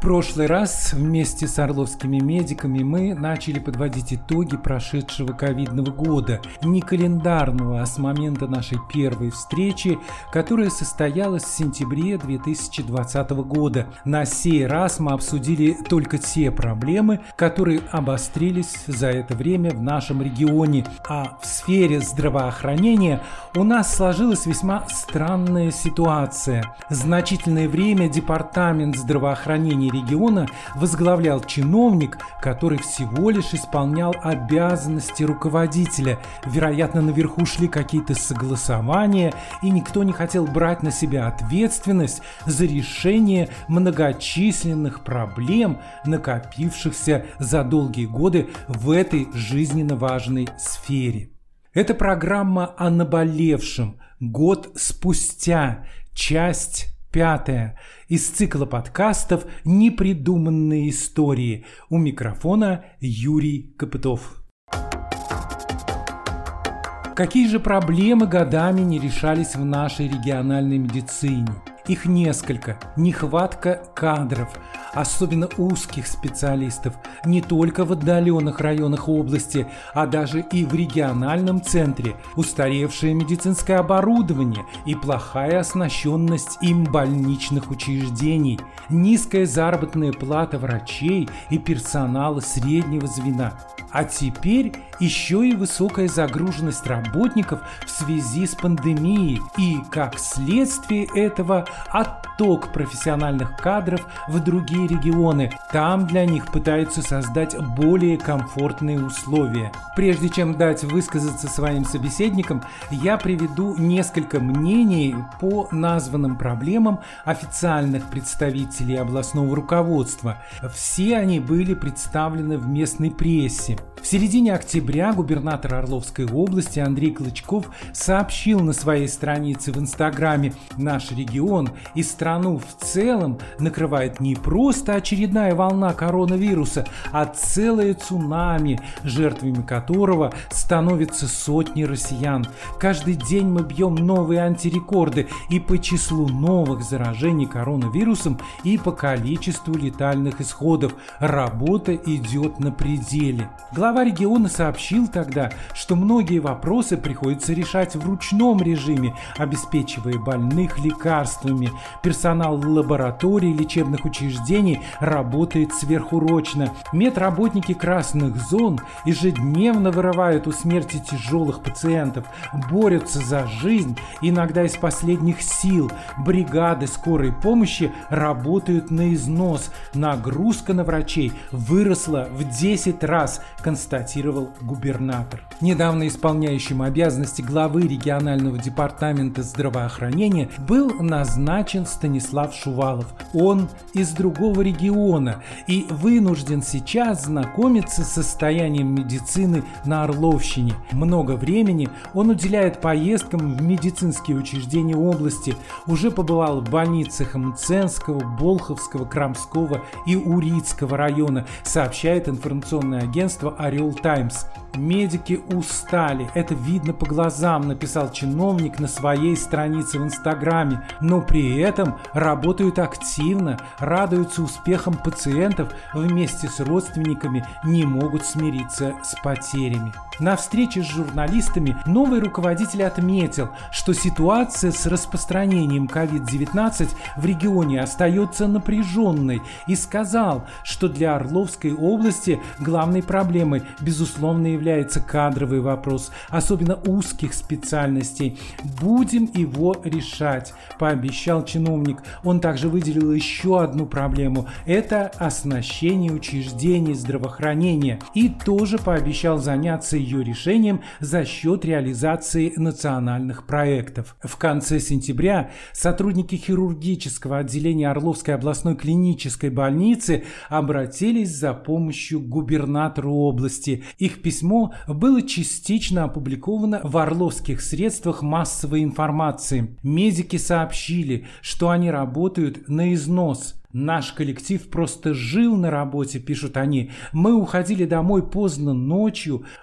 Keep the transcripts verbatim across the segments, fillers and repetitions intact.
прошлый раз вместе с орловскими медиками мы начали подводить итоги прошедшего ковидного года, не календарного, а с момента нашей первой встречи, которая состоялась в сентябре две тысячи двадцатого года. На сей раз мы обсудили только те проблемы, которые обострились за это время в нашем регионе, а в сфере здравоохранения у нас сложилась весьма странная ситуация. Значительное время департамент здравоохранения региона возглавлял чиновник, который всего лишь исполнял обязанности руководителя. Вероятно, наверху шли какие-то согласования, и никто не хотел брать на себя ответственность за решение многочисленных проблем, накопившихся за долгие годы в этой жизненно важной сфере. Это программа о наболевшем. Год спустя. Часть пятая. Из цикла подкастов «Непридуманные истории». У микрофона Юрий Копытов. Какие же проблемы годами не решались в нашей региональной медицине? Их несколько. Нехватка кадров, особенно узких специалистов, не только в отдаленных районах области, а даже и в региональном центре, устаревшее медицинское оборудование и плохая оснащенность им больничных учреждений, низкая заработная плата врачей и персонала среднего звена. А теперь еще и высокая загруженность работников в связи с пандемией и, как следствие этого, отток профессиональных кадров в другие регионы. Там для них пытаются создать более комфортные условия. Прежде чем дать высказаться своим собеседникам, я приведу несколько мнений по названным проблемам официальных представителей областного руководства. Все они были представлены в местной прессе. В середине октября губернатор Орловской области Андрей Клычков сообщил на своей странице в Инстаграме: «Наш регион и страну в целом накрывает не просто очередная волна коронавируса, а целое цунами, жертвами которого становятся сотни россиян. Каждый день мы бьем новые антирекорды и по числу новых заражений коронавирусом, и по количеству летальных исходов. Работа идет на пределе». Глава региона сообщил тогда, что многие вопросы приходится решать в ручном режиме, обеспечивая больных лекарствами. Персонал лабораторий и лечебных учреждений работает сверхурочно. Медработники красных зон ежедневно вырывают у смерти тяжелых пациентов, борются за жизнь, иногда из последних сил. Бригады скорой помощи работают на износ. Нагрузка на врачей выросла в десять раз, констатировал губернатор. Недавно исполняющим обязанности главы регионального департамента здравоохранения был назначен Станислав Шувалов. Он из другого региона и вынужден сейчас знакомиться с состоянием медицины на Орловщине. Много времени он уделяет поездкам в медицинские учреждения области. Уже побывал в больницах Мценского, Болховского, Крамского и Урицкого района, сообщает информационное агентство «Орел Таймс». «Медики устали, это видно по глазам», написал чиновник на своей странице в Инстаграме, но при этом работают активно, радуются успехам пациентов, вместе с родственниками не могут смириться с потерями. На встрече с журналистами новый руководитель отметил, что ситуация с распространением ковид девятнадцать в регионе остается напряженной, и сказал, что для Орловской области главной проблемой, безусловно, является кадровый вопрос, особенно узких специальностей. «Будем его решать», – пообещал чиновник. Он также выделил еще одну проблему – это оснащение учреждений здравоохранения, и тоже пообещал заняться ее решением за счет реализации национальных проектов. В конце сентября сотрудники хирургического отделения Орловской областной клинической больницы обратились за помощью к губернатору области. Их письмо было частично опубликовано в орловских средствах массовой информации. Медики сообщили, что они работают на износ. «Наш коллектив просто жил на работе», пишут они. «Мы уходили домой поздно ночью,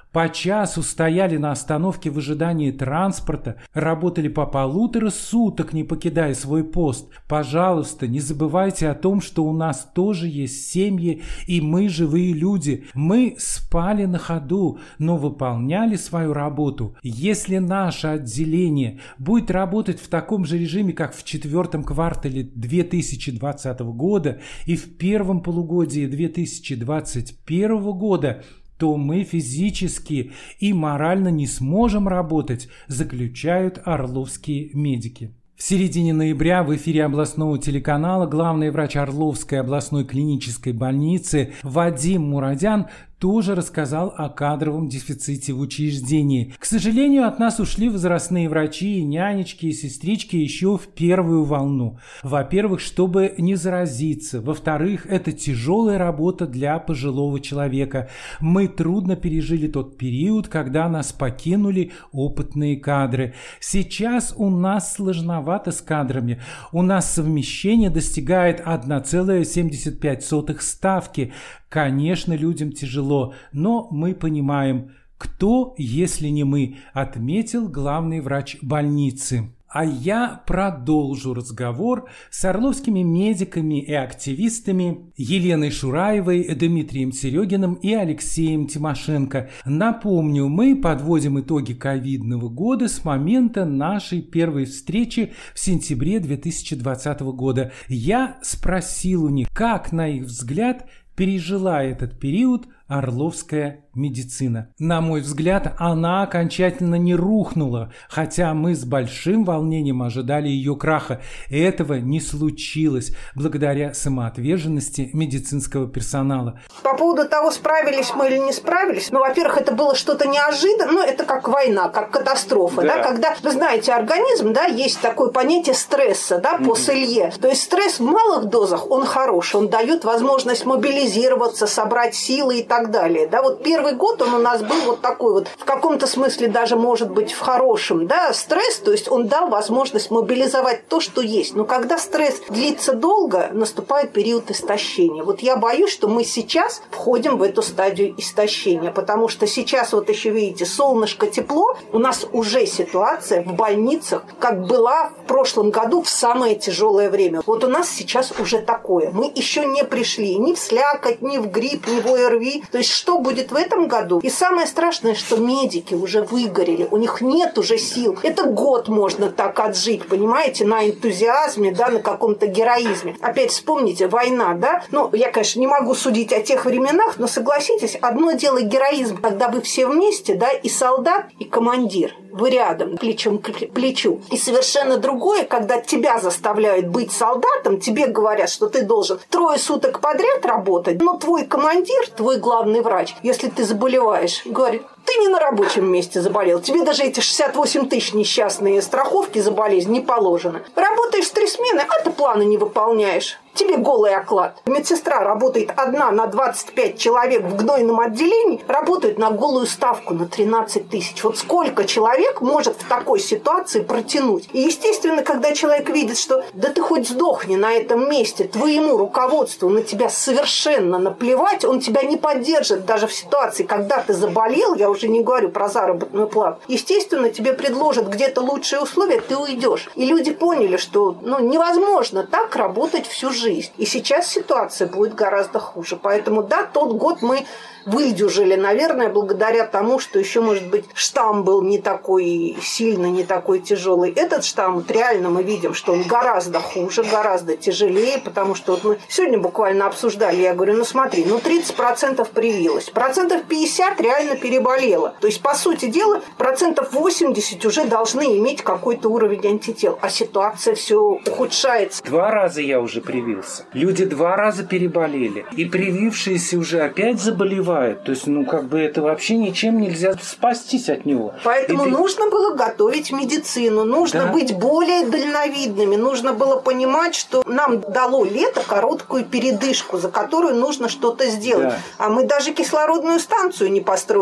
по часу стояли на остановке в ожидании транспорта, работали по полутора суток, не покидая свой пост. Пожалуйста, не забывайте о том, что у нас тоже есть семьи, и мы живые люди. Мы спали на ходу, но выполняли свою работу. Если наше отделение будет работать в таком же режиме, как в четвертом квартале две тысячи двадцатого года и в первом полугодии две тысячи двадцать первого года, то мы физически и морально не сможем работать, заключают орловские медики. В середине ноября в эфире областного телеканала главный врач Орловской областной клинической больницы Вадим Мурадян тоже рассказал о кадровом дефиците в учреждении. К сожалению, от нас ушли возрастные врачи, нянечки и сестрички еще в первую волну. Во-первых, чтобы не заразиться. Во-вторых, это тяжелая работа для пожилого человека. Мы трудно пережили тот период, когда нас покинули опытные кадры. Сейчас у нас сложновато с кадрами. У нас совмещение достигает одна целая семьдесят пять сотых ставки. Конечно, людям тяжело, но мы понимаем, кто, если не мы, отметил главный врач больницы. А я продолжу разговор с орловскими медиками и активистами Еленой Шураевой, Дмитрием Серегиным и Алексеем Тимошенко. Напомню, мы подводим итоги ковидного года с момента нашей первой встречи в сентябре две тысячи двадцатого года. Я спросил у них, как, на их взгляд, пережила этот период орловская медицина. На мой взгляд, она окончательно не рухнула, хотя мы с большим волнением ожидали ее краха. Этого не случилось благодаря самоотверженности медицинского персонала. По поводу того, справились мы или не справились, ну, во-первых, это было что-то неожиданное, ну, это как война, как катастрофа, да, да когда, вы знаете, организм, да, есть такое понятие стресса, да, по Селье. То есть стресс в малых дозах, он хороший, он дает возможность мобилизироваться, собрать силы и так далее, да, вот первый Первый год он у нас был вот такой вот, в каком-то смысле даже, может быть, в хорошем, да, стресс, то есть он дал возможность мобилизовать то, что есть. Но когда стресс длится долго, наступает период истощения. Вот я боюсь, что мы сейчас входим в эту стадию истощения, потому что сейчас вот еще, видите, солнышко, тепло, у нас уже ситуация в больницах, как была в прошлом году в самое тяжелое время. Вот у нас сейчас уже такое. Мы еще не пришли ни в слякоть, ни в грипп, ни в ОРВИ. То есть что будет в этом В этом году. И самое страшное, что медики уже выгорели, у них нет уже сил. Это год можно так отжить, понимаете, на энтузиазме, да, на каком-то героизме. Опять вспомните, война, да, ну, я, конечно, не могу судить о тех временах, но согласитесь, одно дело героизм, когда вы все вместе, да, и солдат, и командир. Вы рядом, плечом к плечу. И совершенно другое, когда тебя заставляют быть солдатом, тебе говорят, что ты должен трое суток подряд работать, но твой командир, твой главный врач, если ты заболеваешь, говорит, ты не на рабочем месте заболел, тебе даже эти шестьдесят восемь тысяч несчастные страховки за болезнь не положено. Работаешь в три смены, а ты планы не выполняешь. Тебе голый оклад. Медсестра работает одна на двадцать пять человек в гнойном отделении, работает на голую ставку на тринадцать тысяч. Вот сколько человек может в такой ситуации протянуть? И, естественно, когда человек видит, что да ты хоть сдохни на этом месте, твоему руководству на тебя совершенно наплевать, он тебя не поддержит даже в ситуации, когда ты заболел, я уже не говорю про заработную плату. Естественно, тебе предложат где-то лучшие условия, ты уйдешь. И люди поняли, что ну, невозможно так работать всю жизнь. И сейчас ситуация будет гораздо хуже. Поэтому, да, тот год мы выдержали, наверное, благодаря тому, что еще, может быть, штамм был не такой сильный, не такой тяжелый. Этот штамм, вот реально мы видим, что он гораздо хуже, гораздо тяжелее, потому что вот мы сегодня буквально обсуждали, я говорю, ну смотри, ну тридцать процентов привилось, процентов пятьдесят реально переболело. То есть, по сути дела, процентов восемьдесят уже должны иметь какой-то уровень антител, а ситуация все ухудшается. Два раза я уже привился. Люди два раза переболели. И привившиеся уже опять заболевают. То есть, ну, как бы это вообще ничем нельзя спастись от него. Поэтому и нужно ты... было готовить медицину, нужно да. быть более дальновидными, нужно было понимать, что нам дало лето короткую передышку, за которую нужно что-то сделать. Да. А мы даже кислородную станцию не построили в больнице.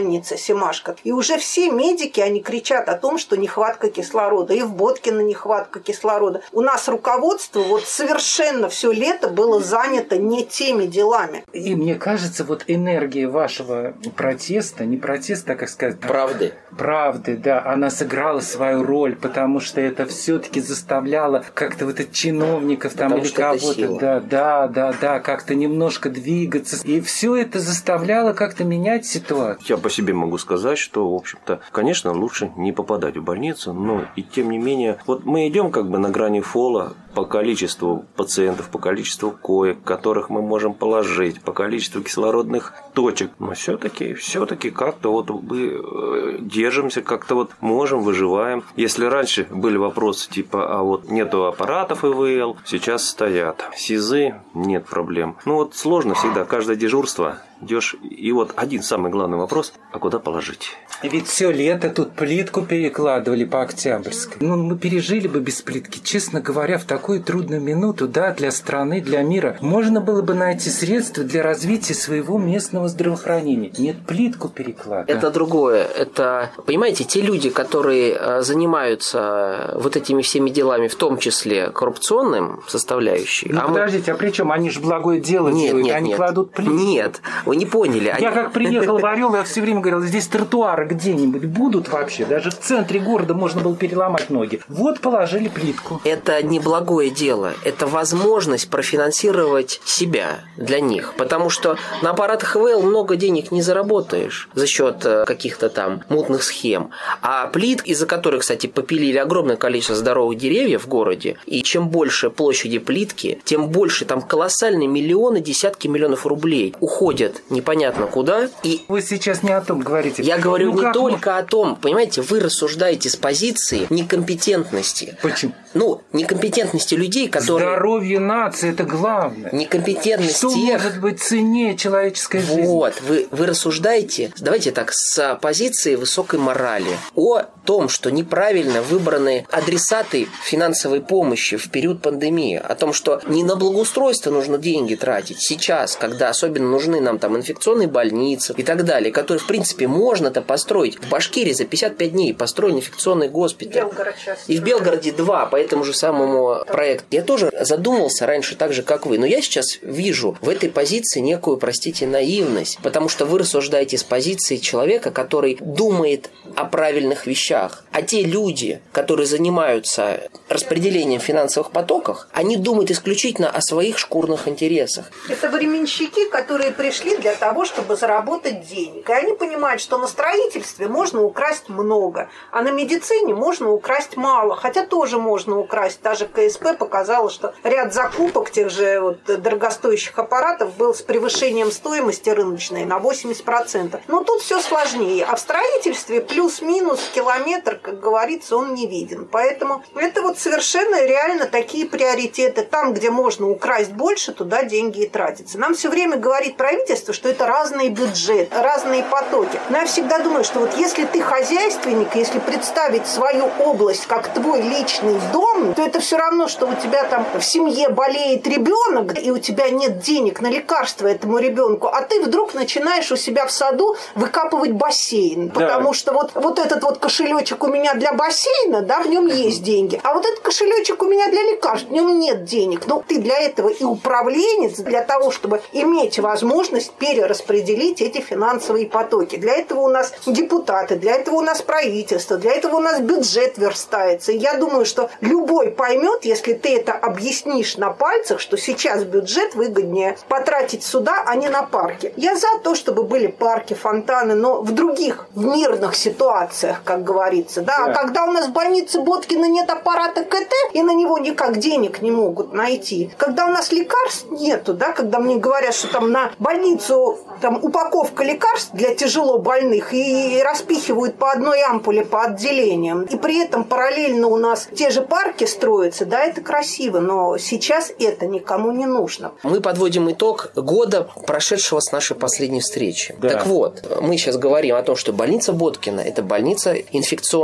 больнице Семашко. И уже все медики, они кричат о том, что нехватка кислорода. И в Боткино нехватка кислорода. У нас руководство вот совершенно все лето было занято не теми делами. И мне кажется, вот энергия вашего протеста, не протеста, а, как сказать... Правды. Правды, да, она сыграла свою роль, потому что это все-таки заставляло как-то вот этих чиновников там или кого-то, да, да, да, да, как-то немножко двигаться. И все это заставляло как-то менять ситуацию. Я по себе могу сказать, что, в общем-то, конечно, лучше не попадать в больницу, но и тем не менее, вот мы идем как бы на грани фола по количеству пациентов, по количеству коек, которых мы можем положить, по количеству кислородных точек. Но все-таки, все-таки как-то вот мы держимся, как-то вот можем, выживаем. Если раньше были вопросы типа, а вот нету аппаратов ИВЛ, сейчас стоят. СИЗы, нет проблем. Ну вот сложно всегда, каждое дежурство идешь, и вот один самый главный вопрос, а куда положить? Ведь все лето тут плитку перекладывали по Октябрьской. Ну, мы пережили бы без плитки. Честно говоря, в такую трудную минуту, да, для страны, для мира, можно было бы найти средства для развития своего местного здравоохранения. Нет, плитку перекладывать. Это другое. Это, понимаете, те люди, которые занимаются вот этими всеми делами, в том числе коррупционным составляющей. Ну, а подождите, мы... а при чем? Они же благое дело нет, делают, нет, они нет. кладут плитку. Нет, вы не поняли. Я они... как приехал в Орел, я все время говорил, здесь тротуары где-нибудь будут вообще? Даже в центре города можно было переломать ноги. Вот положили плитку. Это не благое дело. Это возможность профинансировать себя для них. Потому что на аппаратах ИВЛ много денег не заработаешь за счет каких-то там мутных схем. А плит, из-за которой, кстати, попилили огромное количество здоровых деревьев в городе, и чем больше площади плитки, тем больше там колоссальные миллионы, десятки миллионов рублей уходят непонятно куда. И вы сейчас не о том говорите. Я говорю ну, не только мы... о том, понимаете, вы рассуждаете с позиции некомпетентности. Почему? Ну, некомпетентности людей, которые... Здоровье нации – это главное. Некомпетентность Что тех... может быть ценнее человеческой вот, жизни? Вот, вы, вы рассуждаете, давайте так, с позиции высокой морали о том, что неправильно выбраны адресаты финансовой помощи в период пандемии, о том, что не на благоустройство нужно деньги тратить сейчас, когда особенно нужны нам там инфекционные больницы и так далее, которые, в принципе, можно-то построить. В Башкирии за пятьдесят пять дней построен инфекционный госпиталь. Белгород сейчас. И в Белгороде два по этому же самому проекту. Я тоже задумывался раньше так же, как вы, но я сейчас вижу в этой позиции некую, простите, наивность, потому что вы рассуждаете с позиции человека, который думает о правильных вещах. А те люди, которые занимаются распределением финансовых потоков, они думают исключительно о своих шкурных интересах. Это временщики, которые пришли для того, чтобы заработать денег. И они понимают, что на строительстве можно украсть много, а на медицине можно украсть мало. Хотя тоже можно украсть. Та же ка эс пэ показала, что ряд закупок тех же вот дорогостоящих аппаратов был с превышением стоимости рыночной на восемьдесят процентов. Но тут все сложнее. А в строительстве плюс-минус километр, как говорится, он не виден. Поэтому это вот совершенно реально такие приоритеты. Там, где можно украсть больше, туда деньги и тратятся. Нам все время говорит правительство, что это разные бюджеты, разные потоки. Но я всегда думаю, что вот если ты хозяйственник, если представить свою область как твой личный дом, то это все равно, что у тебя там в семье болеет ребенок, и у тебя нет денег на лекарства этому ребенку, а ты вдруг начинаешь у себя в саду выкапывать бассейн. Да. Потому что вот, вот этот вот кошелечек у меня для бассейна, да, в нем есть деньги. А вот этот кошелечек у меня для лекарств, в нем нет денег. Но ты для этого и управленец, для того, чтобы иметь возможность перераспределить эти финансовые потоки. Для этого у нас депутаты, для этого у нас правительство, для этого у нас бюджет верстается. И я думаю, что любой поймет, если ты это объяснишь на пальцах, что сейчас бюджет выгоднее потратить сюда, а не на парки. Я за то, чтобы были парки, фонтаны, но в других, в мирных ситуациях, как говорится. Да? Да. А когда у нас в больнице Боткина нет аппарата ка тэ, и на него никак денег не могут найти. Когда у нас лекарств нету, да, когда мне говорят, что там на больницу там упаковка лекарств для тяжело больных и распихивают по одной ампуле по отделениям. И при этом параллельно у нас те же парки строятся, да, это красиво, но сейчас это никому не нужно. Мы подводим итог года, прошедшего с нашей последней встречи. Да. Так вот, мы сейчас говорим о том, что больница Боткина – это больница инфекционная,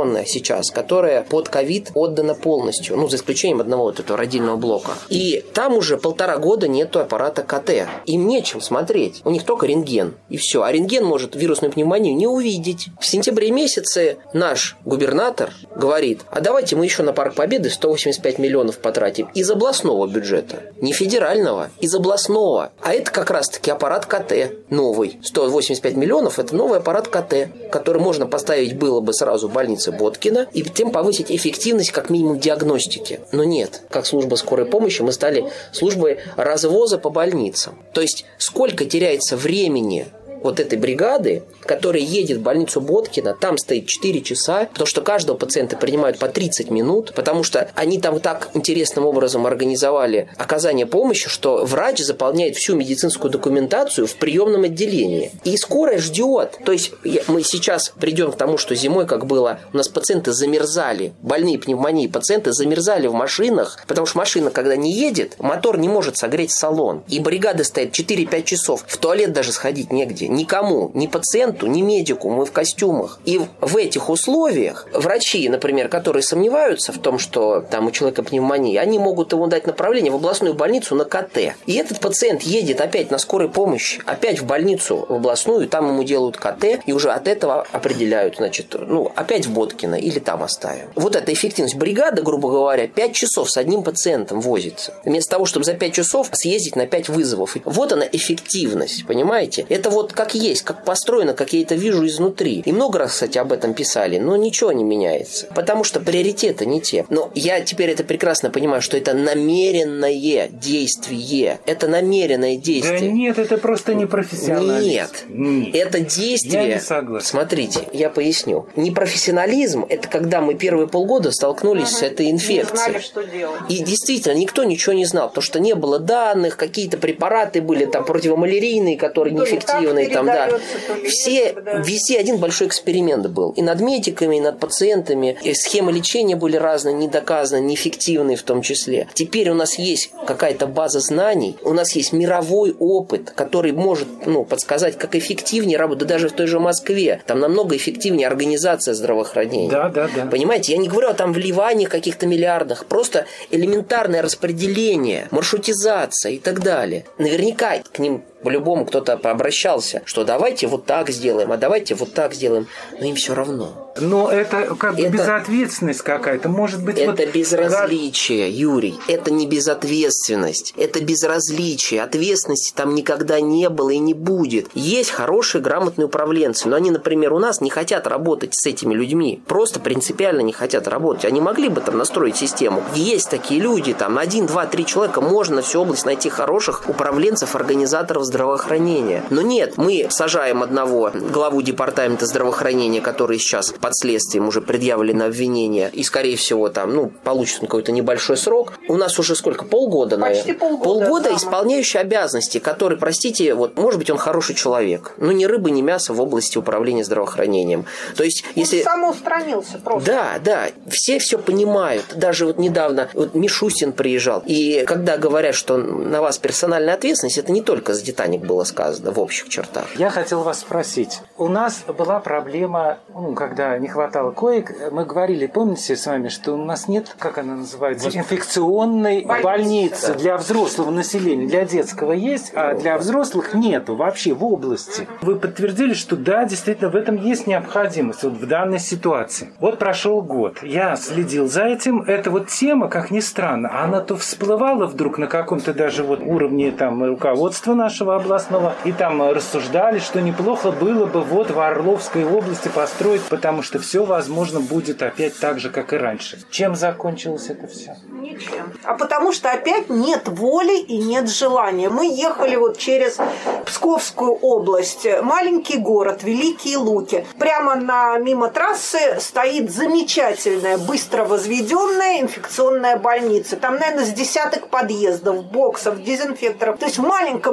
инфекционная сейчас, которая под ковид отдана полностью, ну, за исключением одного вот этого родильного блока. И там уже полтора года нету аппарата КТ. Им нечем смотреть. У них только рентген. И все. А рентген может вирусную пневмонию не увидеть. В сентябре месяце наш губернатор говорит, а давайте мы еще на Парк Победы сто восемьдесят пять миллионов потратим из областного бюджета. Не федерального, из областного. А это как раз-таки аппарат КТ новый. сто восемьдесят пять миллионов – это новый аппарат КТ, который можно поставить было бы сразу в больнице Боткина и тем повысить эффективность как минимум диагностики. Но нет. Как служба скорой помощи мы стали службой развоза по больницам. То есть сколько теряется времени вот этой бригады, которая едет в больницу Боткина, там стоит четыре часа, потому что каждого пациента принимают по тридцать минут, потому что они там так интересным образом организовали оказание помощи, что врач заполняет всю медицинскую документацию в приемном отделении. И скорая ждет. То есть мы сейчас придем к тому, что зимой, как было, у нас пациенты замерзали, больные пневмонией пациенты замерзали в машинах, потому что машина, когда не едет, мотор не может согреть салон. И бригада стоит четыре-пять часов, в туалет даже сходить негде. Никому, ни пациенту, ни медику, мы в костюмах. И в этих условиях врачи, например, которые сомневаются в том, что там у человека пневмония, они могут ему дать направление в областную больницу на КТ. И этот пациент едет опять на скорой помощи, опять в больницу в областную, там ему делают КТ, и уже от этого определяют, значит, ну, опять в Боткино или там оставим. Вот эта эффективность. Бригада, грубо говоря, пять часов с одним пациентом возится. Вместо того, чтобы за пять часов съездить на пять вызовов. Вот она эффективность, понимаете? Это вот как есть, как построено, как я это вижу изнутри. И много раз, кстати, об этом писали, но ничего не меняется. Потому что приоритеты не те. Но я теперь это прекрасно понимаю, что это намеренное действие. Это намеренное действие. Да нет, это просто непрофессионализм. Нет. Нет. Это действие... Я не согласен. Смотрите, я поясню. Непрофессионализм – это когда мы первые полгода столкнулись ага. с этой инфекцией. Не знали, что делать. И действительно, никто ничего не знал, потому что не было данных, какие-то препараты были там противомалярийные, которые неэффективны. Там, да. Все, везде один большой эксперимент был. И над медиками, и над пациентами. И схемы лечения были разные, недоказанные, неэффективные в том числе. Теперь у нас есть какая-то база знаний, у нас есть мировой опыт, который может ну, подсказать, как эффективнее работать. Да даже в той же Москве. Там намного эффективнее организация здравоохранения. Да, да, да. Понимаете, я не говорю о там вливании каких-то миллиардах. Просто элементарное распределение, маршрутизация и так далее. Наверняка к ним по-любому кто-то обращался, что давайте вот так сделаем, а давайте вот так сделаем. Но им все равно. Но это как бы это, безответственность какая-то. Может быть, это вот... безразличие, Юрий. Это не безответственность. Это безразличие. Ответственности там никогда не было и не будет. Есть хорошие, грамотные управленцы. Но они, например, у нас не хотят работать с этими людьми. Просто принципиально не хотят работать. Они могли бы там настроить систему. Есть такие люди. Там один, два, три человека. Можно на всю область найти хороших управленцев, организаторов здравоохранения. Но нет, мы сажаем одного главу департамента здравоохранения, который сейчас под следствием уже предъявлено обвинение, и, скорее всего, там, ну, получит он какой-то небольшой срок. У нас уже сколько? Полгода, наверное? Почти полгода. Полгода исполняющий обязанности, который, простите, вот, может быть, он хороший человек, но ни рыбы, ни мяса в области управления здравоохранением. То есть, если... Он самоустранился просто. Да, да, все все понимают. Даже вот недавно вот Мишустин приезжал, и когда говорят, что на вас персональная ответственность, это не только за «Титаник» было сказано в общих чертах. Я хотел вас спросить. У нас была проблема, ну, когда не хватало коек, мы говорили, помните с вами, что у нас нет, как она называется, инфекционной больницы, больницы да. для взрослого населения. Для детского есть, а для взрослых нету вообще в области. Вы подтвердили, что да, действительно, в этом есть необходимость вот в данной ситуации. Вот прошел год. Я следил за этим. Это вот тема, как ни странно, она то всплывала вдруг на каком-то даже вот уровне там руководства нашего областного, и там рассуждали, что неплохо было бы вот в Орловской области построить, потому что все, возможно, будет опять так же, как и раньше. Чем закончилось это все? Ничем. А потому что опять нет воли и нет желания. Мы ехали вот через Псковскую область, маленький город, Великие Луки. Прямо на мимо трассы стоит замечательная, быстро возведенная инфекционная больница. Там, наверное, с десяток подъездов, боксов, дезинфекторов. То есть в маленьком городе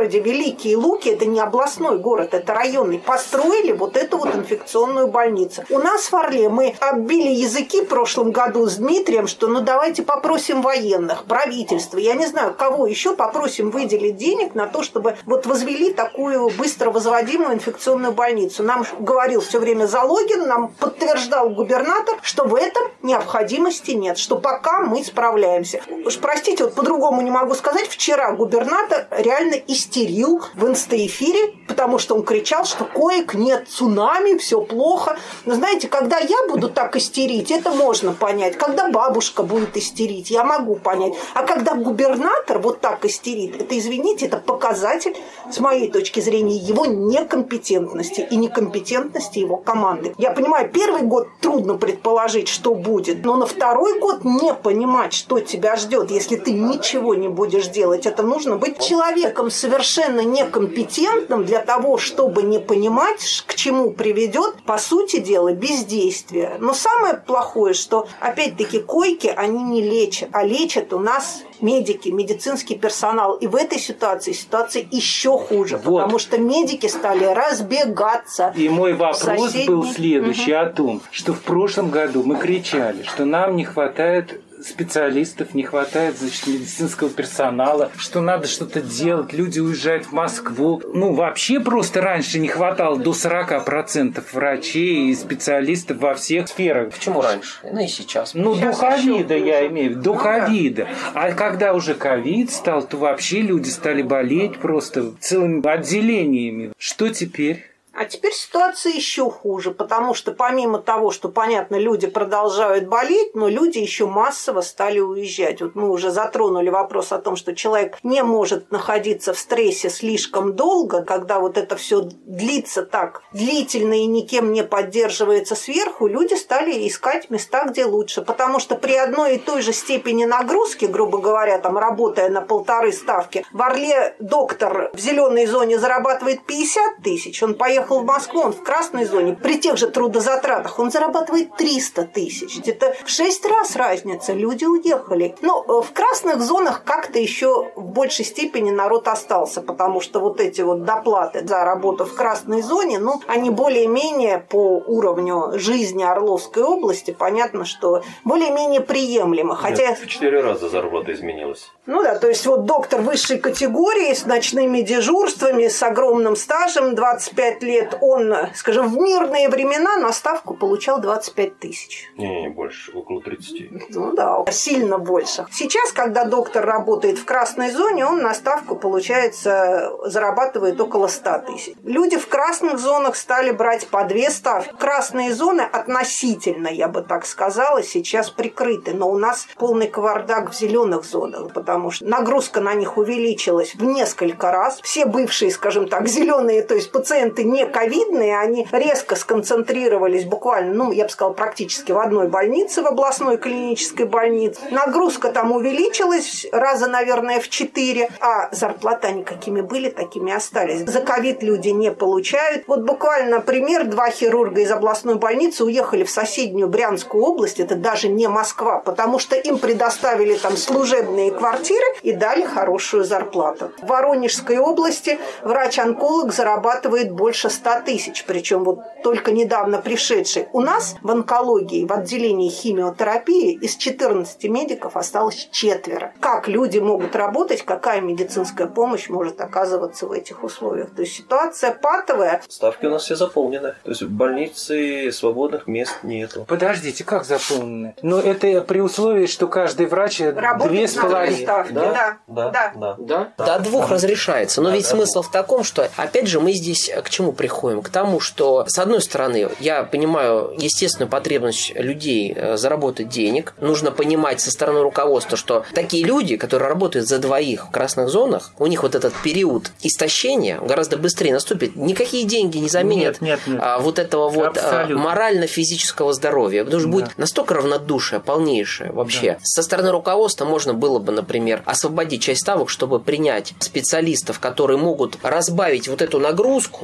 городе Великие Луки, это не областной город, это районный, построили вот эту вот инфекционную больницу. У нас в Орле мы оббили языки в прошлом году с Дмитрием, что ну давайте попросим военных, правительство, я не знаю, кого еще попросим выделить денег на то, чтобы вот возвели такую быстро возводимую инфекционную больницу. Нам говорил все время Залогин, нам подтверждал губернатор, что в этом необходимости нет, что пока мы справляемся. Уж простите, вот по-другому не могу сказать, вчера губернатор реально истерил в инстаэфире, потому что он кричал, что коек нет, цунами, все плохо. Но знаете, когда я буду так истерить, это можно понять. Когда бабушка будет истерить, я могу понять. А когда губернатор вот так истерит, это, извините, это показатель, с моей точки зрения, его некомпетентности и некомпетентности его команды. Я понимаю, первый год трудно предположить, что будет, но на второй год не понимать, что тебя ждет, если ты ничего не будешь делать. Это нужно быть человеком совершенно некомпетентным для того, чтобы не понимать, к чему приведет, по сути дела, бездействие. Но самое плохое, что, опять-таки, койки, они не лечат, а лечат у нас медики, медицинский персонал. И в этой ситуации ситуация еще хуже, вот. Потому что медики стали разбегаться. И мой вопрос соседней... был следующий, угу. о том, что в прошлом году мы кричали, что нам не хватает специалистов, не хватает, значит, медицинского персонала, что надо что-то делать, люди уезжают в Москву. Ну, вообще просто раньше не хватало до сорок процентов врачей и специалистов во всех сферах. Почему раньше? Ну и сейчас. Ну, сейчас до ковида я имею в виду, до ну, ковида. Да. А когда уже ковид стал, то вообще люди стали болеть просто целыми отделениями. Что теперь? А теперь ситуация еще хуже, потому что помимо того, что, понятно, люди продолжают болеть, но люди еще массово стали уезжать. Вот мы уже затронули вопрос о том, что человек не может находиться в стрессе слишком долго, когда вот это все длится так длительно и никем не поддерживается сверху, люди стали искать места, где лучше. Потому что при одной и той же степени нагрузки, грубо говоря, там, работая на полторы ставки, в Орле доктор в зеленой зоне зарабатывает пятьдесят тысяч, он поехал в Москву, он в красной зоне, при тех же трудозатратах он зарабатывает триста тысяч. Это в шесть раз разница, люди уехали. Но в красных зонах как-то еще в большей степени народ остался, потому что вот эти вот доплаты за работу в красной зоне, ну, они более-менее по уровню жизни Орловской области, понятно, что более-менее приемлемы. Хотя... Нет, в четыре раза зарплата изменилась. Ну да, то есть вот доктор высшей категории с ночными дежурствами, с огромным стажем, двадцать пять лет, он, скажем, в мирные времена на ставку получал двадцать пять тысяч. Не, не больше, около тридцати. Ну да, сильно больше. Сейчас, когда доктор работает в красной зоне, он на ставку, получается, зарабатывает около ста тысяч. Люди в красных зонах стали брать по две ставки. Красные зоны относительно, я бы так сказала, сейчас прикрыты, но у нас полный кавардак в зеленых зонах, потому что нагрузка на них увеличилась в несколько раз. Все бывшие, скажем так, зеленые, то есть пациенты не ковидные, они резко сконцентрировались буквально, ну, я бы сказала, практически в одной больнице, в областной клинической больнице. Нагрузка там увеличилась раза, наверное, в четыре, а зарплаты они какими были, такими остались. За ковид люди не получают. Вот буквально пример, два хирурга из областной больницы уехали в соседнюю Брянскую область, это даже не Москва, потому что им предоставили там служебные квартиры и дали хорошую зарплату. В Воронежской области врач-онколог зарабатывает больше ста тысяч, причем вот только недавно пришедший. У нас в онкологии, в отделении химиотерапии из четырнадцати медиков осталось четверо. Как люди могут работать, какая медицинская помощь может оказываться в этих условиях? То есть ситуация патовая. Ставки у нас все заполнены. То есть в больнице свободных мест нету. Подождите, как заполнены? Ну, это при условии, что каждый врач работает две с половиной ставки. Да? Да. Да. Да. Да? Да. До двух разрешается. Но да, ведь да. смысл в таком, что, опять же, мы здесь к чему приходим? К тому, что, с одной стороны, я понимаю естественную потребность людей заработать денег. Нужно понимать со стороны руководства, что такие люди, которые работают за двоих в красных зонах, у них вот этот период истощения гораздо быстрее наступит. Никакие деньги не заменят нет, нет, нет. А, вот этого вот Абсолютно. морально-физического здоровья. Потому что да. будет настолько равнодушие, полнейшее вообще. Да. Со стороны руководства можно было бы, например, освободить часть ставок, чтобы принять специалистов, которые могут разбавить вот эту нагрузку. Пациент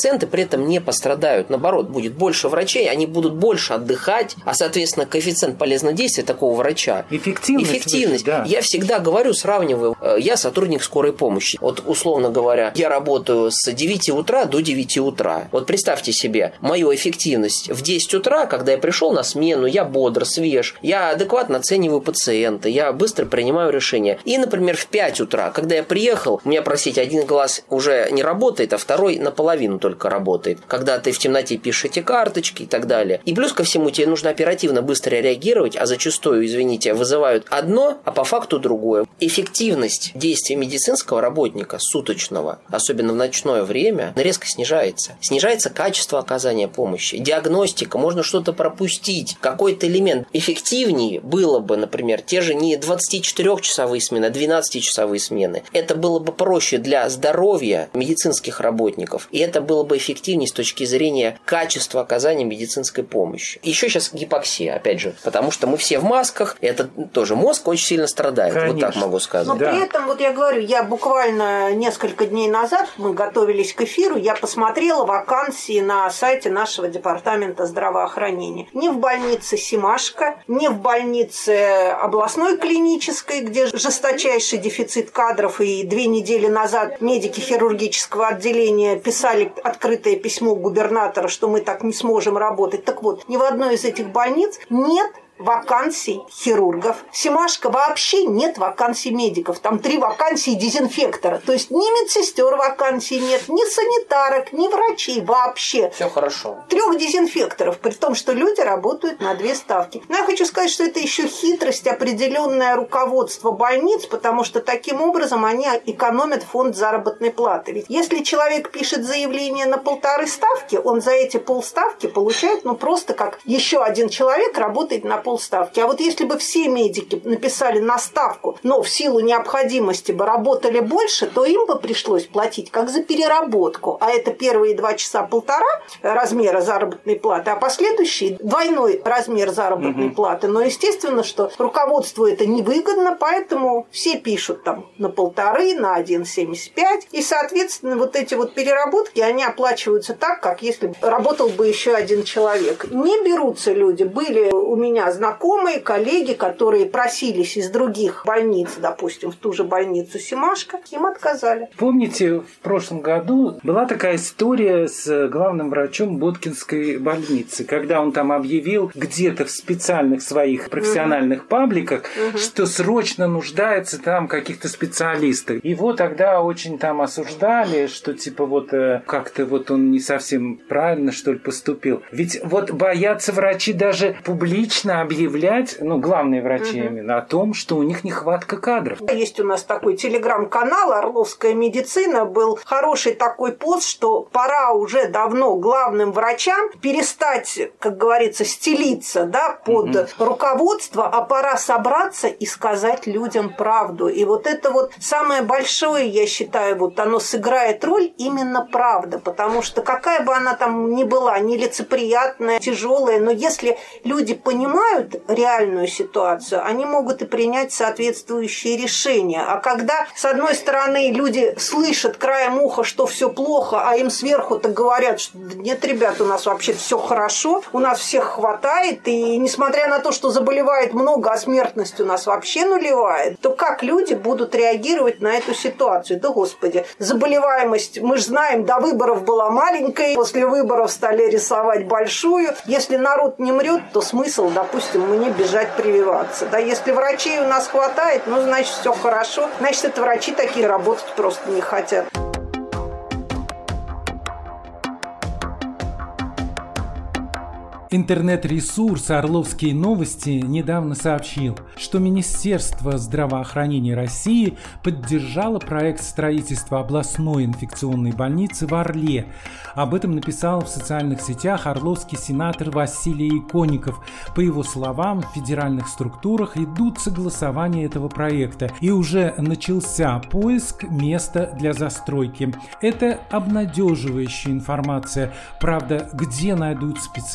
пациенты при этом не пострадают. Наоборот, будет больше врачей, они будут больше отдыхать, а, соответственно, коэффициент полезного действия такого врача. Эффективность. Эффективность. Выше, да. Я всегда говорю, сравниваю. Я сотрудник скорой помощи. Вот, условно говоря, я работаю с девяти утра до девяти утра. Вот представьте себе, мою эффективность в десять утра, когда я пришел на смену, я бодр, свеж, я адекватно оцениваю пациента, я быстро принимаю решения. И, например, в пять утра, когда я приехал, у меня, простите, один глаз уже не работает, а второй наполовину только работает. Когда ты в темноте пишешь эти карточки и так далее. И плюс ко всему тебе нужно оперативно быстро реагировать, а зачастую, извините, вызывают одно, а по факту другое. Эффективность действий медицинского работника суточного, особенно в ночное время, резко снижается. Снижается качество оказания помощи, диагностика, можно что-то пропустить, какой-то элемент. Эффективнее было бы, например, те же не двадцатичетырёхчасовые смены, а двенадцатичасовые смены. Это было бы проще для здоровья медицинских работников, и это было бы эффективнее с точки зрения качества оказания медицинской помощи. Еще сейчас гипоксия, опять же, потому что мы все в масках, это тоже мозг очень сильно страдает. Конечно. Вот так могу сказать. Но да. при этом, вот я говорю, я буквально несколько дней назад, мы готовились к эфиру, я посмотрела вакансии на сайте нашего департамента здравоохранения. Не в больнице Семашко, не в больнице областной клинической, где жесточайший дефицит кадров, и две недели назад медики хирургического отделения писали открытое письмо губернатора, что мы так не сможем работать. Так вот, ни в одной из этих больниц нет вакансий хирургов. Семашко вообще нет вакансий медиков. Там три вакансии дезинфектора. То есть ни медсестер вакансий нет, ни санитарок, ни врачей вообще. Все хорошо. Трех дезинфекторов, при том, что люди работают на две ставки. Но я хочу сказать, что это еще хитрость, определенное руководство больниц, потому что таким образом они экономят фонд заработной платы. Ведь если человек пишет заявление на полторы ставки, он за эти полставки получает, ну, просто как еще один человек работает на полставки. полставки. А вот если бы все медики написали на ставку, но в силу необходимости бы работали больше, то им бы пришлось платить как за переработку. А это первые два часа полтора размера заработной платы, а последующие двойной размер заработной угу. платы. Но естественно, что руководству это невыгодно, поэтому все пишут там на полторы, на один семьдесят пять. И, соответственно, вот эти вот переработки, они оплачиваются так, как если бы работал бы еще один человек. Не берутся люди. Были у меня знакомые, коллеги, которые просились из других больниц, допустим, в ту же больницу Семашко, им отказали. Помните, в прошлом году была такая история с главным врачом Боткинской больницы, когда он там объявил где-то в специальных своих профессиональных угу. пабликах, угу. что срочно нуждается там каких-то специалистов. Его тогда очень там осуждали, что типа вот как-то вот он не совсем правильно, что ли, поступил. Ведь вот боятся врачи даже публично объявлять, ну, главные врачи угу. именно, о том, что у них нехватка кадров. Есть у нас такой телеграм-канал «Орловская медицина». Был хороший такой пост, что пора уже давно главным врачам перестать, как говорится, стелиться, да, под угу. руководство, а пора собраться и сказать людям правду. И вот это вот самое большое, я считаю, вот оно сыграет роль именно правда, потому что какая бы она там ни была, нелицеприятная, тяжелая, но если люди понимают реальную ситуацию, они могут и принять соответствующие решения. А когда, с одной стороны, люди слышат краем уха, что все плохо, а им сверху-то говорят, что нет, ребят, у нас вообще все хорошо, у нас всех хватает, и несмотря на то, что заболевает много, а смертность у нас вообще нулевая, то как люди будут реагировать на эту ситуацию? Да, Господи, заболеваемость, мы же знаем, до выборов была маленькая, после выборов стали рисовать большую. Если народ не мрет, то смысл, допустим, мне бежать прививаться. Да, если врачей у нас хватает, ну, значит, все хорошо. Значит, это врачи такие работать просто не хотят. Интернет-ресурс «Орловские новости» недавно сообщил, что Министерство здравоохранения России поддержало проект строительства областной инфекционной больницы в Орле. Об этом написал в социальных сетях орловский сенатор Василий Иконников. По его словам, в федеральных структурах идут согласования этого проекта, и уже начался поиск места для застройки. Это обнадеживающая информация. Правда, где найдут специалистов,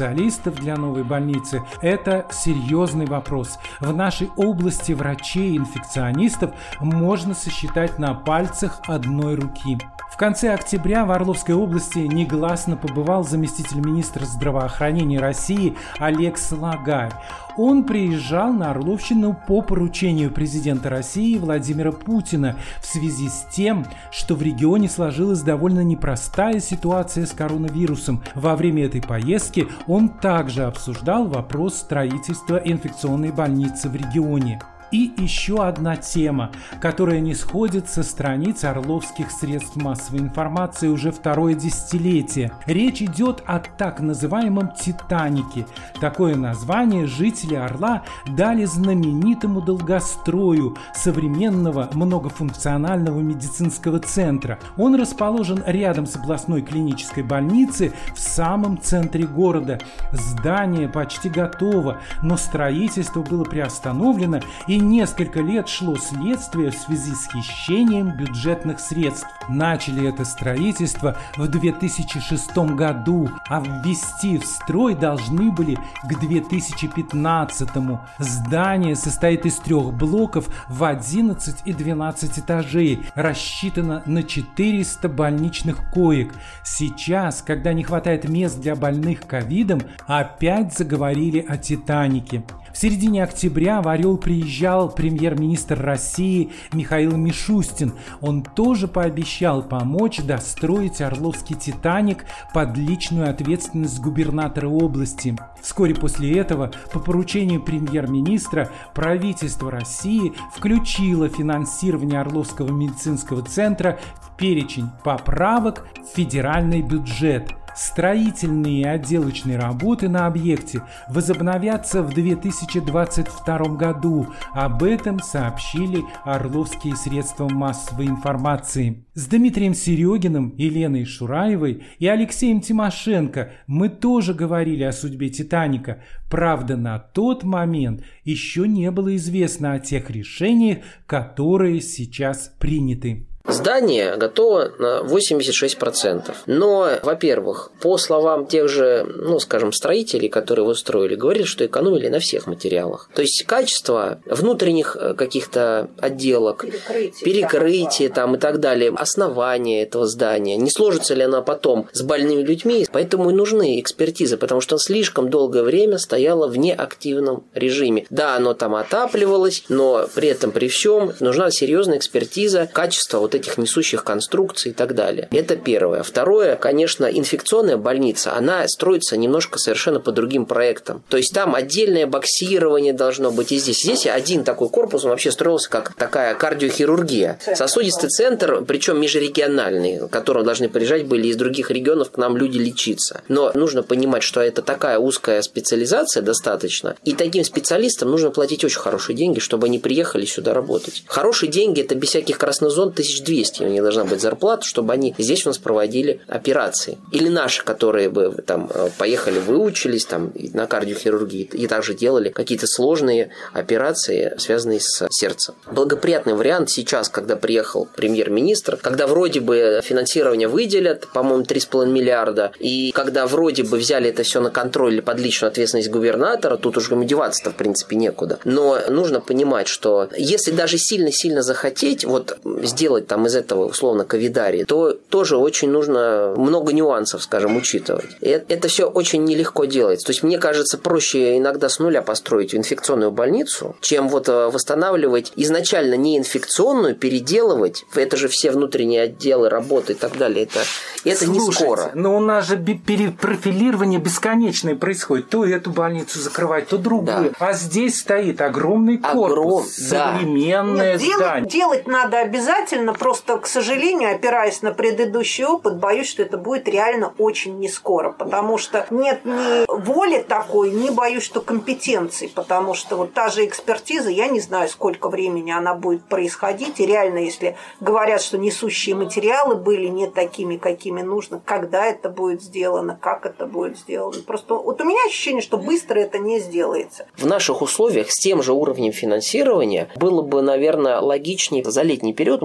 специалистов для новой больницы – это серьезный вопрос. В нашей области врачей-инфекционистов можно сосчитать на пальцах одной руки. В конце октября в Орловской области негласно побывал заместитель министра здравоохранения России Олег Салагай. Он приезжал на Орловщину по поручению президента России Владимира Путина в связи с тем, что в регионе сложилась довольно непростая ситуация с коронавирусом. Во время этой поездки он также обсуждал вопрос строительства инфекционной больницы в регионе. И еще одна тема, которая не сходит со страниц орловских средств массовой информации уже второе десятилетие. Речь идет о так называемом «Титанике». Такое название жители Орла дали знаменитому долгострою современного многофункционального медицинского центра. Он расположен рядом с областной клинической больницей в самом центре города. Здание почти готово, но строительство было приостановлено, и несколько лет шло следствие в связи с хищением бюджетных средств. Начали это строительство в две тысячи шестом году, а ввести в строй должны были к две тысячи пятнадцатому. Здание состоит из трех блоков в одиннадцать и двенадцать этажей, рассчитано на четыреста больничных коек. Сейчас, когда не хватает мест для больных ковидом, опять заговорили о «Титанике». В середине октября в Орел приезжал премьер-министр России Михаил Мишустин. Он тоже пообещал помочь достроить Орловский «Титаник» под личную ответственность губернатора области. Вскоре после этого, по поручению премьер-министра, правительство России включило финансирование Орловского медицинского центра в перечень поправок в федеральный бюджет. Строительные и отделочные работы на объекте возобновятся в две тысячи двадцать втором году. Об этом сообщили орловские средства массовой информации. С Дмитрием Серегиным, Еленой Шураевой и Алексеем Тимошенко мы тоже говорили о судьбе «Титаника». Правда, на тот момент еще не было известно о тех решениях, которые сейчас приняты. Здание готово на восемьдесят шесть процентов. Но, во-первых, по словам тех же, ну, скажем, строителей, которые его строили, говорили, что экономили на всех материалах. То есть качество внутренних каких-то отделок, перекрытие, перекрытие там и так далее, основание этого здания, не сложится ли оно потом с больными людьми. Поэтому и нужны экспертизы, потому что слишком долгое время стояло в неактивном режиме. Да, оно там отапливалось, но при этом, при всем, нужна серьезная экспертиза качества вот этих несущих конструкций и так далее. Это первое. Второе, конечно, инфекционная больница, она строится немножко совершенно по другим проектам. То есть там отдельное боксирование должно быть и здесь. Здесь один такой корпус, он вообще строился как такая кардиохирургия. Сосудистый центр, причем межрегиональный, к которому должны приезжать были из других регионов к нам люди лечиться. Но нужно понимать, что это такая узкая специализация достаточно, и таким специалистам нужно платить очень хорошие деньги, чтобы они приехали сюда работать. Хорошие деньги – это без всяких красных зон тысяч двести у них должна быть зарплата, чтобы они здесь у нас проводили операции. Или наши, которые бы там поехали, выучились там на кардиохирургии и также делали какие-то сложные операции, связанные с сердцем. Благоприятный вариант сейчас, когда приехал премьер-министр, когда вроде бы финансирование выделят, по-моему, три с половиной миллиарда, и когда вроде бы взяли это все на контроль или под личную ответственность губернатора, тут уже ему деваться-то в принципе некуда. Но нужно понимать, что если даже сильно-сильно захотеть вот сделать там из этого условно ковидарий, то тоже очень нужно много нюансов, скажем, учитывать. И это все очень нелегко делается. То есть мне кажется, проще иногда с нуля построить инфекционную больницу, чем вот восстанавливать изначально не инфекционную, переделывать. Это же все внутренние отделы работы и так далее. Это, это не скоро. Но у нас же перепрофилирование бесконечное происходит. То эту больницу закрывать, то другую. Да. А здесь стоит огромный корпус, Огром... современное да. Нет, здание. Делать, делать надо обязательно, просто, к сожалению, опираясь на предыдущий опыт, боюсь, что это будет реально очень не скоро, потому что нет ни воли такой, ни, боюсь, что компетенции, потому что вот та же экспертиза, я не знаю, сколько времени она будет происходить, и реально, если говорят, что несущие материалы были не такими, какими нужно, когда это будет сделано, как это будет сделано. Просто вот у меня ощущение, что быстро это не сделается. В наших условиях с тем же уровнем финансирования было бы, наверное, логичнее за летний период мы бы построили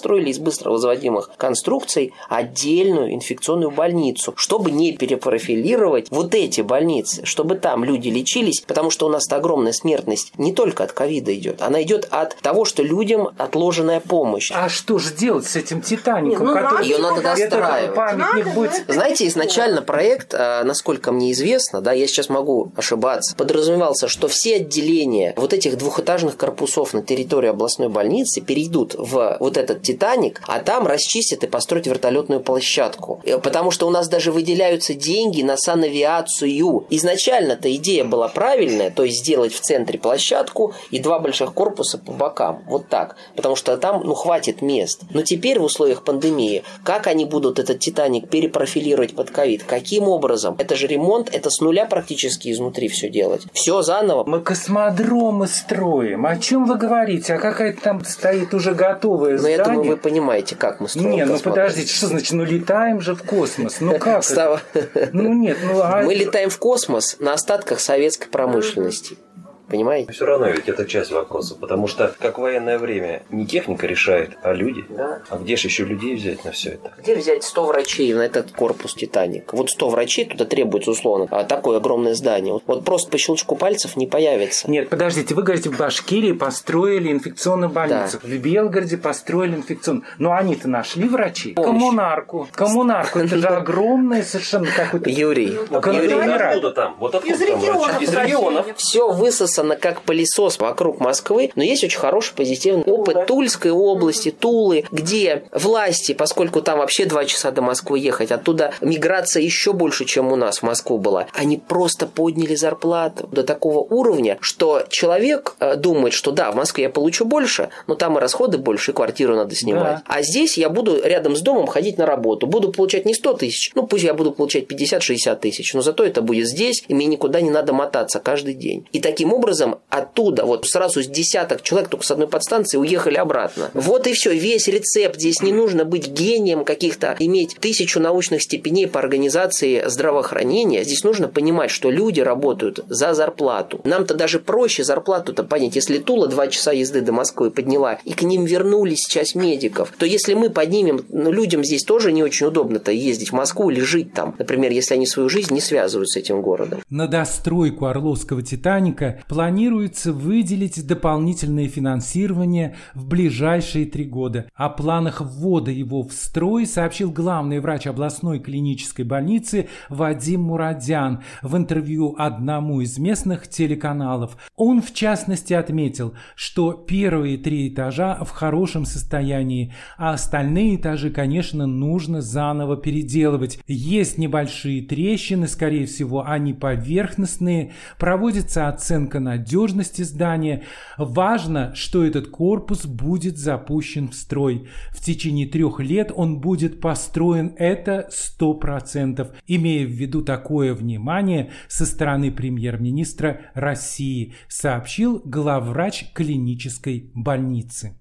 построили из быстро возводимых конструкций отдельную инфекционную больницу, чтобы не перепрофилировать вот эти больницы, чтобы там люди лечились, потому что у нас огромная смертность не только от ковида идет, она идет от того, что людям отложенная помощь. А что же делать с этим «Титаником»? Не, ну, который... Ее надо достраивать. Памятник Надо, будет... да. Знаете, изначально проект, насколько мне известно, да, я сейчас могу ошибаться, подразумевался, что все отделения вот этих двухэтажных корпусов на территории областной больницы перейдут в вот этот «Титаник», а там расчистят и построят вертолетную площадку. Потому что у нас даже выделяются деньги на санавиацию. Изначально-то идея была правильная, то есть сделать в центре площадку и два больших корпуса по бокам. Вот так. Потому что там, ну, хватит мест. Но теперь в условиях пандемии, как они будут этот «Титаник» перепрофилировать под ковид? Каким образом? Это же ремонт, это с нуля практически изнутри все делать. Все заново. Мы космодромы строим. О чем вы говорите? А какая-то там стоит уже готовое Но здание? я думаю, вы понимаете, как мы строим. Не, ну космодром. подождите, что значит? Ну летаем же в космос. Ну как это? Ну нет, ну а... Мы летаем в космос на остатках советской промышленности. Понимаете? Все равно ведь это часть вопроса, потому что как в военное время не техника решает, а люди. Да. А где же еще людей взять на все это? Где взять сто врачей на этот корпус «Титаник»? Вот сто врачей туда требуется условно, а такое огромное здание. Вот, вот просто по щелчку пальцев не появится. Нет, подождите, вы говорите, в Башкирии построили инфекционную больницу, Да. в Белгороде построили инфекционную. Но они-то нашли врачей. Помощь. Коммунарку. Коммунарку, это же огромное совершенно какой-то... Юрий, Конгломерат. Откуда там? Вот откуда Из там регионов. врачи? Из регионов. все высосано как пылесос вокруг Москвы, но есть очень хороший позитивный опыт Тульской области, Тулы, где власти, поскольку там вообще два часа до Москвы ехать, оттуда миграция еще больше, чем у нас в Москву была, они просто подняли зарплату до такого уровня, что человек э, думает, что да, в Москве я получу больше, но там и расходы больше, и квартиру надо снимать. Да. А здесь я буду рядом с домом ходить на работу, буду получать не сто тысяч, ну пусть я буду получать пятьдесят-шестьдесят тысяч, но зато это будет здесь, и мне никуда не надо мотаться каждый день. И таким образом оттуда вот сразу с десяток человек только с одной подстанции уехали обратно. Вот и все, весь рецепт. Здесь не нужно быть гением каких-то, иметь тысячу научных степеней по организации здравоохранения. Здесь нужно понимать, что люди работают за зарплату. Нам-то даже проще зарплату-то понять. Если Тула два часа езды до Москвы подняла, и к ним вернулись часть медиков, то если мы поднимем, ну, людям здесь тоже не очень удобно-то ездить в Москву или жить там. Например, если они свою жизнь не связывают с этим городом. На достройку Орловского «Титаника» планируется выделить дополнительное финансирование в ближайшие три года. О планах ввода его в строй сообщил главный врач областной клинической больницы Вадим Мурадян в интервью одному из местных телеканалов. Он, в частности, отметил, что первые три этажа в хорошем состоянии, а остальные этажи, конечно, нужно заново переделывать. Есть небольшие трещины, скорее всего, они поверхностные, проводится оценка надежности здания. Важно, что этот корпус будет запущен в строй. В течение трех лет он будет построен, это сто процентов, имея в виду такое внимание со стороны премьер-министра России, сообщил главврач клинической больницы.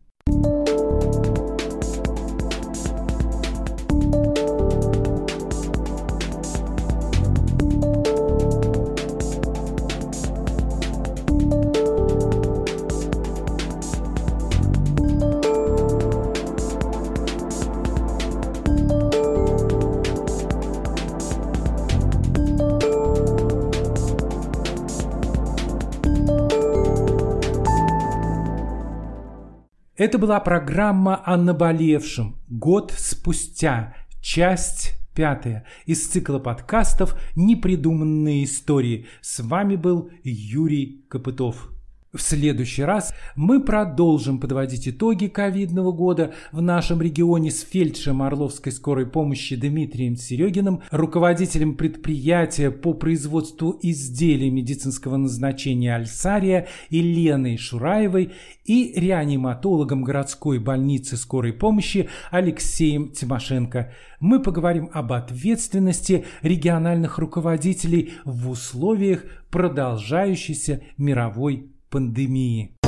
Это была программа о наболевшем. Год спустя. Часть пятая. Из цикла подкастов «Непридуманные истории». С вами был Юрий Копытов. В следующий раз мы продолжим подводить итоги ковидного года в нашем регионе с фельдшером Орловской скорой помощи Дмитрием Серегиным, руководителем предприятия по производству изделий медицинского назначения «Альсария» Еленой Шураевой и реаниматологом городской больницы скорой помощи Алексеем Тимошенко. Мы поговорим об ответственности региональных руководителей в условиях продолжающейся мировой пандемии.